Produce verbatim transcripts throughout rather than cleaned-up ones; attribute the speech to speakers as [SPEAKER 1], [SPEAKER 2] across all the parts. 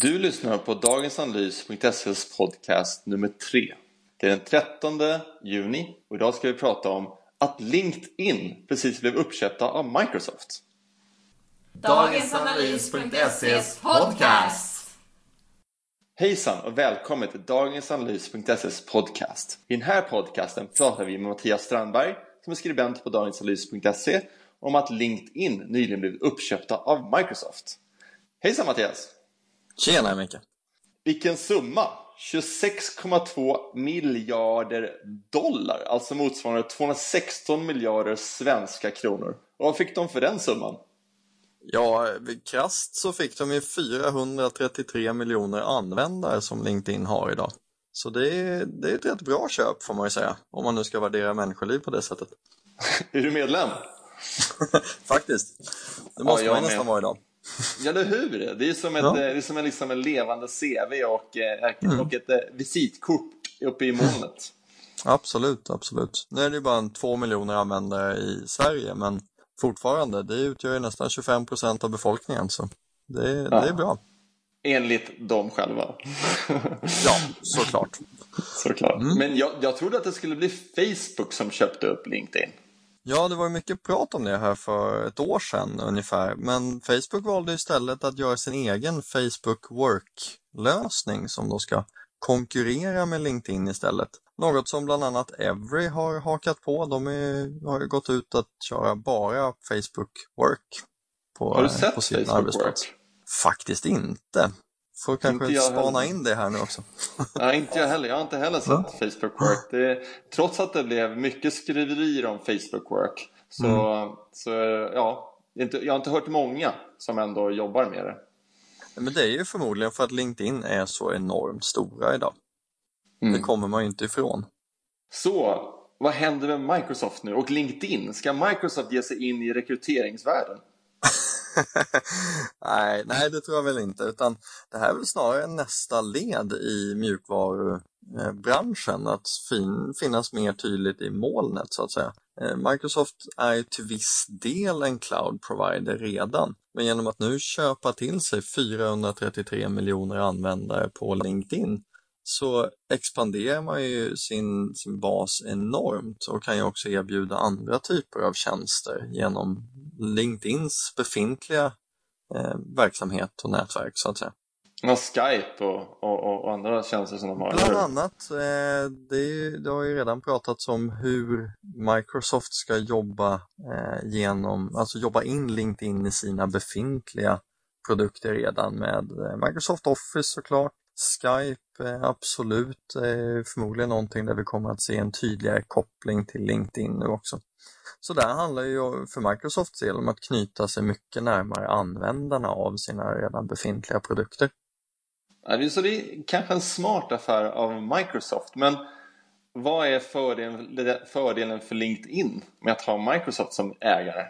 [SPEAKER 1] Du lyssnar på dagensanalys punkt se's podcast nummer tre. Det är den trettonde juni och idag ska vi prata om att LinkedIn precis blev uppköpta av Microsoft.
[SPEAKER 2] dagensanalys punkt se's podcast.
[SPEAKER 1] Hejsan och välkommen till dagensanalys punkt se's podcast. I den här podcasten pratar vi med Mattias Strandberg som är skribent på dagensanalys punkt se om att LinkedIn nyligen blev uppköpta av Microsoft. Hejsan Mattias!
[SPEAKER 3] Tjena Micke!
[SPEAKER 1] Vilken summa! tjugosex komma två miljarder dollar, alltså motsvarande tvåhundrasexton miljarder svenska kronor. Och vad fick de för den summan?
[SPEAKER 3] Ja, krasst så fick de ju fyrahundratrettiotre miljoner användare som LinkedIn har idag. Så det är, det är ett rätt bra köp får man ju säga, om man nu ska värdera människoliv på det sättet.
[SPEAKER 1] Är du medlem?
[SPEAKER 3] Faktiskt, det måste
[SPEAKER 1] ja,
[SPEAKER 3] man nästan
[SPEAKER 1] med.
[SPEAKER 3] vara idag.
[SPEAKER 1] Ja, det hur? Det är som, ett,
[SPEAKER 3] ja.
[SPEAKER 1] det är som en, liksom en levande C V och, mm. och ett visitkort uppe i molnet.
[SPEAKER 3] Absolut, absolut. Nu är det ju bara en två miljoner användare i Sverige, men fortfarande, det utgör ju nästan tjugofem procent av befolkningen, så det,
[SPEAKER 1] ja.
[SPEAKER 3] det är bra.
[SPEAKER 1] Enligt dem själva.
[SPEAKER 3] Ja, såklart.
[SPEAKER 1] såklart. Mm. Men jag, jag trodde att det skulle bli Facebook som köpte upp LinkedIn.
[SPEAKER 3] Ja, det var mycket prat om det här för ett år sedan ungefär. Men Facebook valde istället att göra sin egen Facebook Work-lösning som då ska konkurrera med LinkedIn istället. Något som bland annat Every har hakat på. De är, har ju gått ut att köra bara Facebook Work på,
[SPEAKER 1] har du sett
[SPEAKER 3] på sin
[SPEAKER 1] Facebook
[SPEAKER 3] arbetsplats.
[SPEAKER 1] Work?
[SPEAKER 3] Faktiskt inte. Får kanske spana heller. in det här nu också.
[SPEAKER 1] Ja, inte jag heller. Jag har inte heller sett ja. Facebook Work. Det, trots att det blev mycket skriverier om Facebook Work. Så, mm. så ja, jag har inte hört många som ändå jobbar med det.
[SPEAKER 3] Men det är ju förmodligen för att LinkedIn är så enormt stora idag. Mm. Det kommer man ju inte ifrån.
[SPEAKER 1] Så, vad händer med Microsoft nu? Och LinkedIn? Ska Microsoft ge sig in i rekryteringsvärlden?
[SPEAKER 3] nej, nej, det tror jag väl inte. Utan det här är väl snarare nästa led i mjukvarubranschen. Att fin, finnas mer tydligt i molnet så att säga. Microsoft är till viss del en cloud provider redan. Men genom att nu köpa till sig fyrahundratrettiotre miljoner användare på LinkedIn så expanderar man ju sin, sin bas enormt och kan ju också erbjuda andra typer av tjänster genom LinkedIns befintliga eh, verksamhet och nätverk så att säga.
[SPEAKER 1] Ja, Skype och, och, och andra tjänster som de har.
[SPEAKER 3] Bland annat, eh, det, det har ju redan pratats om hur Microsoft ska jobba eh, genom, alltså jobba in LinkedIn i sina befintliga produkter redan med eh, Microsoft Office såklart. Skype är absolut eh, förmodligen någonting där vi kommer att se en tydligare koppling till LinkedIn nu också. Så det handlar ju för Microsofts del om att knyta sig mycket närmare användarna av sina redan befintliga produkter.
[SPEAKER 1] Ja, så det är kanske en smart affär av Microsoft, men vad är fördelen, fördelen för LinkedIn med att ha Microsoft som ägare?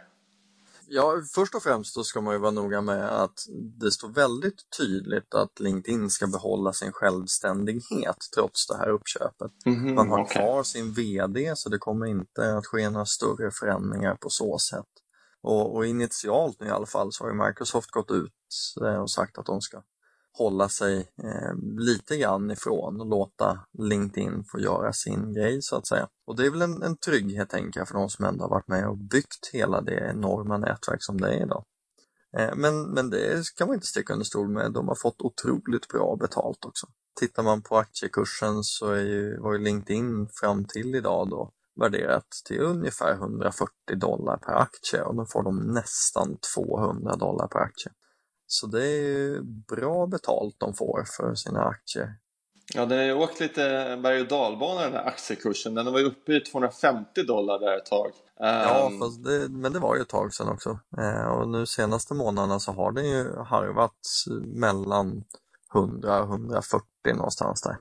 [SPEAKER 3] Ja, först och främst så ska man ju vara noga med att det står väldigt tydligt att LinkedIn ska behålla sin självständighet trots det här uppköpet. Mm-hmm, man har okay. kvar sin vd så det kommer inte att ske några större förändringar på så sätt. Och, och initialt nu i alla fall så har ju Microsoft gått ut och sagt att de ska hålla sig eh, lite grann ifrån och låta LinkedIn få göra sin grej så att säga. Och det är väl en, en trygghet tänker jag för de som ändå har varit med och byggt hela det enorma nätverk som det är idag. Eh, men, men det kan man inte sticka under stol med. De har fått otroligt bra betalt också. Tittar man på aktiekursen så är ju, var ju LinkedIn fram till idag då värderat till ungefär hundrafyrtio dollar per aktie och då får de nästan tvåhundra dollar per aktie. Så det är bra betalt de får för sina aktier.
[SPEAKER 1] Ja, den har ju åkt lite berg- och dalbana den här aktiekursen. Den var ju uppe i tvåhundrafemtio dollar där ett tag.
[SPEAKER 3] Ja, fast det, men det var ju ett tag sedan också. Eh, och nu senaste månaderna så har den ju harvat mellan hundra och hundrafyrtio någonstans där.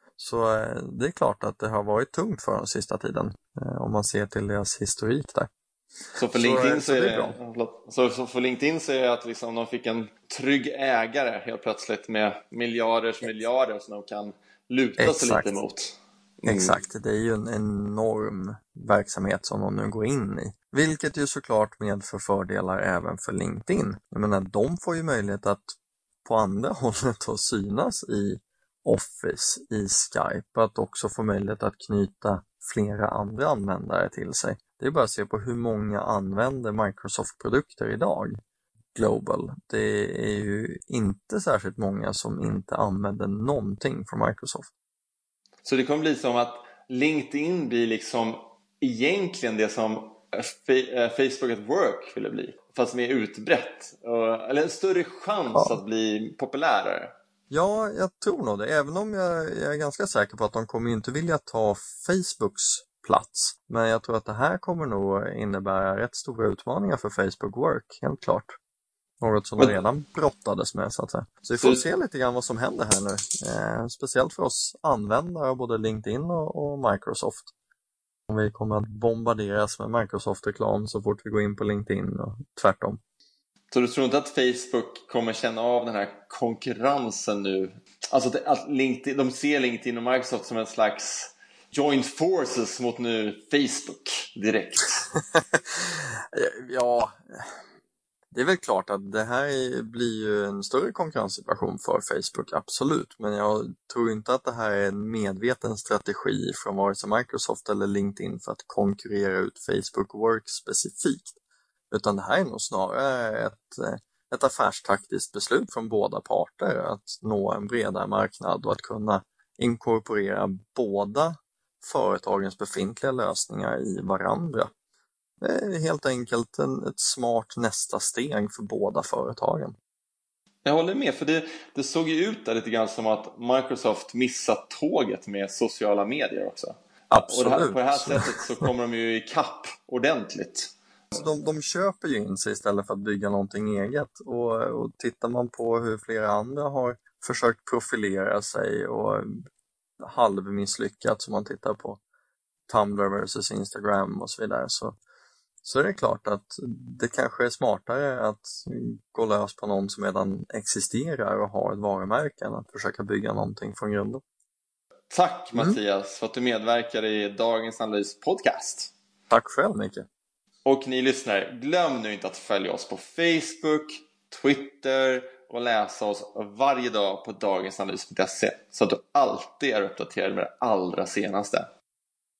[SPEAKER 3] Så eh, det är klart att det har varit tungt för den sista tiden. Eh, om man ser till deras historik där.
[SPEAKER 1] Så för LinkedIn så, så, är det, så, så för LinkedIn så är det att liksom de fick en trygg ägare helt plötsligt med miljarders miljarder som de kan luta
[SPEAKER 3] Exakt.
[SPEAKER 1] sig lite mot.
[SPEAKER 3] Mm. Exakt, det är ju en enorm verksamhet som de nu går in i. Vilket ju såklart medför fördelar även för LinkedIn. Jag menar, de får ju möjlighet att på andra hållet att synas i Office, i Skype, att också få möjlighet att knyta flera andra användare till sig. Det är bara att se på hur många använder Microsoft-produkter idag global. Det är ju inte särskilt många som inte använder någonting från Microsoft.
[SPEAKER 1] Så det kommer bli som att LinkedIn blir liksom egentligen det som Facebook at Work ville bli, fast mer utbrett, eller en större chans ja. att bli populärare.
[SPEAKER 3] Ja, jag tror nog det. Även om jag, jag är ganska säker på att de kommer inte vilja ta Facebooks plats. Men jag tror att det här kommer nog innebära rätt stora utmaningar för Facebook Work, helt klart. Något som de redan brottades med, så att säga. Så vi får se lite grann vad som händer här nu. Eh, speciellt för oss användare av både LinkedIn och, och Microsoft. Om vi kommer att bombarderas med Microsoft-reklam så fort vi går in på LinkedIn och tvärtom.
[SPEAKER 1] Så du tror inte att Facebook kommer känna av den här konkurrensen nu? Alltså att LinkedIn, de ser LinkedIn och Microsoft som en slags joint forces mot nu Facebook direkt.
[SPEAKER 3] Ja, det är väl klart att det här blir ju en större konkurrenssituation för Facebook, absolut. Men jag tror inte att det här är en medveten strategi från vare sig Microsoft eller LinkedIn för att konkurrera ut Facebook Work specifikt. Utan det här är nog snarare ett, ett affärstaktiskt beslut från båda parter att nå en bredare marknad och att kunna inkorporera båda företagens befintliga lösningar i varandra. Det är helt enkelt en, ett smart nästa steg för båda företagen.
[SPEAKER 1] Jag håller med, för det, det såg ju ut där lite grann som att Microsoft missat tåget med sociala medier också.
[SPEAKER 3] Absolut.
[SPEAKER 1] Och det här, på det här sättet så kommer de ju i kapp ordentligt.
[SPEAKER 3] Så de, de köper ju in sig istället för att bygga någonting eget. Och, och tittar man på hur flera andra har försökt profilera sig och halvmisslyckats, som man tittar på Tumblr versus Instagram och så vidare, så, så är det klart att det kanske är smartare att gå lös på någon som redan existerar och har ett varumärke än att försöka bygga någonting från grunden.
[SPEAKER 1] Tack Mattias mm. för att du medverkar i Dagens Analys podcast.
[SPEAKER 3] Tack själv Micke.
[SPEAKER 1] Och ni lyssnare, glöm nu inte att följa oss på Facebook, Twitter och läsa oss varje dag på dagensanalys punkt se så att du alltid är uppdaterad med det allra senaste.